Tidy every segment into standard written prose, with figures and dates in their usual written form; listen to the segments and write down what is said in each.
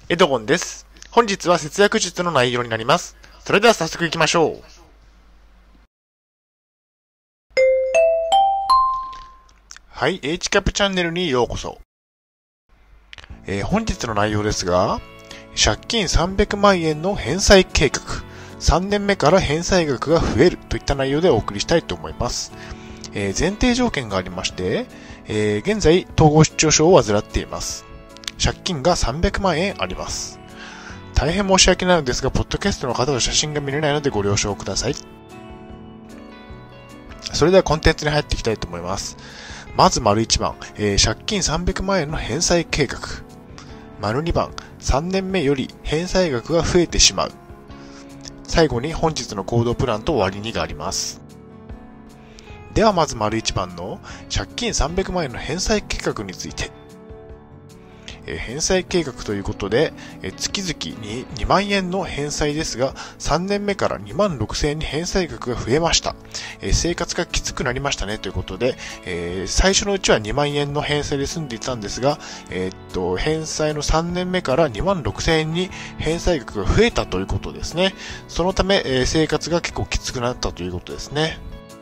エドゴンです。本日は節約術の内容になります。それでは早速行きましょう。はい、H キャップチャンネルにようこそ。本日の内容ですが、借金300万円の返済計画、3年目から返済額が増えるといった内容でお送りしたいと思います。前提条件がありまして、現在統合失調症を患っています。借金が300万円あります。大変申し訳ないのですが、ポッドキャストの方は写真が見れないのでご了承ください。それではコンテンツに入っていきたいと思います。まず丸1番、借金300万円の返済計画。丸2番、3年目より返済額が増えてしまう。最後に本日の行動プランと終わりにがあります。ではまず丸1番の借金300万円の返済計画について。返済計画ということで、月々に2万円の返済ですが、3年目から2万6千円に返済額が増えました。生活がきつくなりましたねということで、最初のうちは2万円の返済で済んでいたんですが、返済の3年目から2万6千円に返済額が増えたということですね。そのため、生活が結構きつくなったということですね。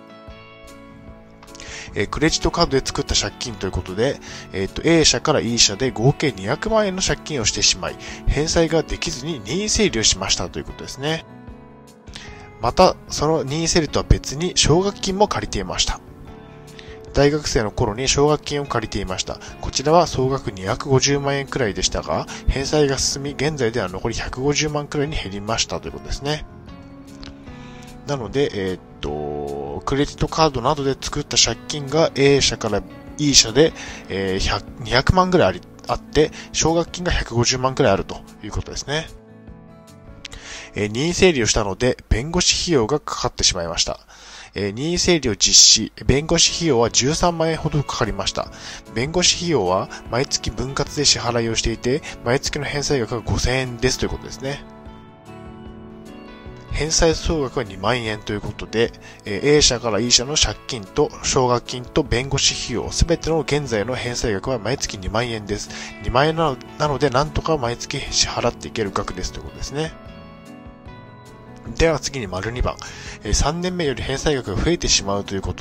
クレジットカードで作った借金ということで、A 社から E 社で合計200万円の借金をしてしまい、返済ができずに任意整理をしましたということですね。また、その任意整理とは別に奨学金も借りていました。大学生の頃に奨学金を借りていました。こちらは総額250万円くらいでしたが、返済が進み、現在では残り150万くらいに減りましたということですね。なので、クレジットカードなどで作った借金が A 社から E 社で、200万くらいあって、奨学金が150万くらいあるということですね。任意整理をしたので、弁護士費用がかかってしまいました。任意整理を実施、弁護士費用は13万円ほどかかりました。弁護士費用は毎月分割で支払いをしていて、毎月の返済額が5000円ですということですね。返済総額は2万円ということで、A 社から E 社の借金と奨学金と弁護士費用、すべての現在の返済額は毎月2万円です。2万円なので、なんとか毎月支払っていける額ですということですね。では次に丸2番、3年目より返済額が増えてしまうということ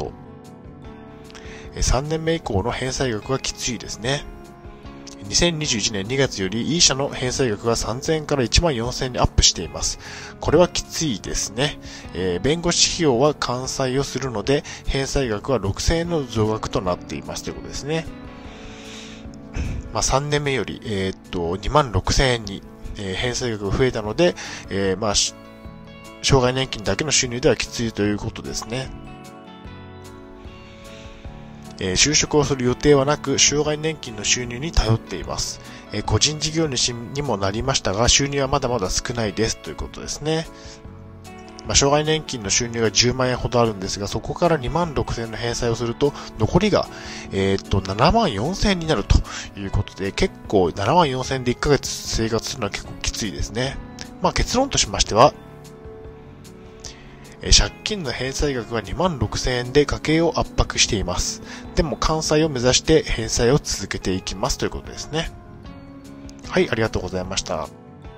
。3年目以降の返済額はきついですね。2021年2月より E 社の返済額が3000円から1万4000円にアップしています。これはきついですね。弁護士費用は完済をするので、返済額は6000円の増額となっていますということですね。3年目より、2万6000円に、返済額が増えたので、障害年金だけの収入ではきついということですね。就職をする予定はなく、障害年金の収入に頼っています。個人事業主にもなりましたが、収入はまだまだ少ないですということですね。障害年金の収入が10万円ほどあるんですが、そこから2万6千円の返済をすると、残りが、7万4千円になるということで、結構7万4千円で1ヶ月生活するのは結構きついですね。結論としましては、借金の返済額が2万6千円で家計を圧迫しています。でも完済を目指して返済を続けていきますということですね。はい、ありがとうございました。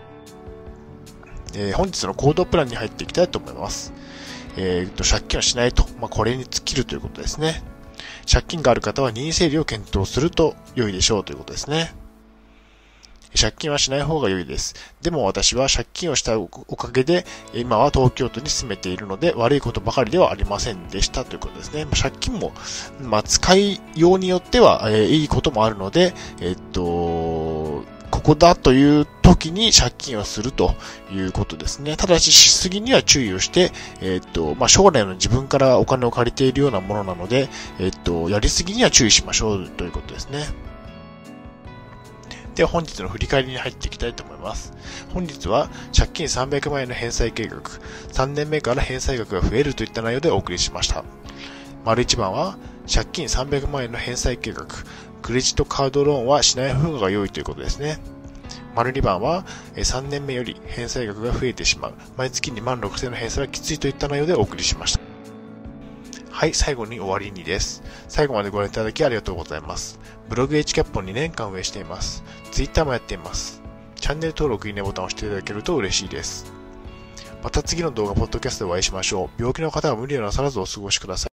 本日の行動プランに入っていきたいと思います。借金をしないと、これに尽きるということですね。借金がある方は任意整理を検討すると良いでしょうということですね。借金はしない方が良いです。でも私は借金をしたおかげで、今は東京都に住めているので、悪いことばかりではありませんでしたということですね。借金も、使いようによっては、いいこともあるので、ここだという時に借金をするということですね。ただしすぎには注意をして、将来の自分からお金を借りているようなものなので、やりすぎには注意しましょうということですね。では本日の振り返りに入っていきたいと思います。本日は借金300万円の返済計画、3年目から返済額が増えるといった内容でお送りしました。丸1番は借金300万円の返済計画、クレジットカードローンはしない方が良いということですね。丸2番は3年目より返済額が増えてしまう。毎月2万6千円の返済はきついといった内容でお送りしました。はい、最後に終わりにです。最後までご覧いただきありがとうございます。ブログ HCAP を2年間運営しています。Twitter もやっています。 チャンネル登録、いいねボタンを押していただけると嬉しいです。また次の動画、ポッドキャストでお会いしましょう。病気の方は無理をなさらずお過ごしください。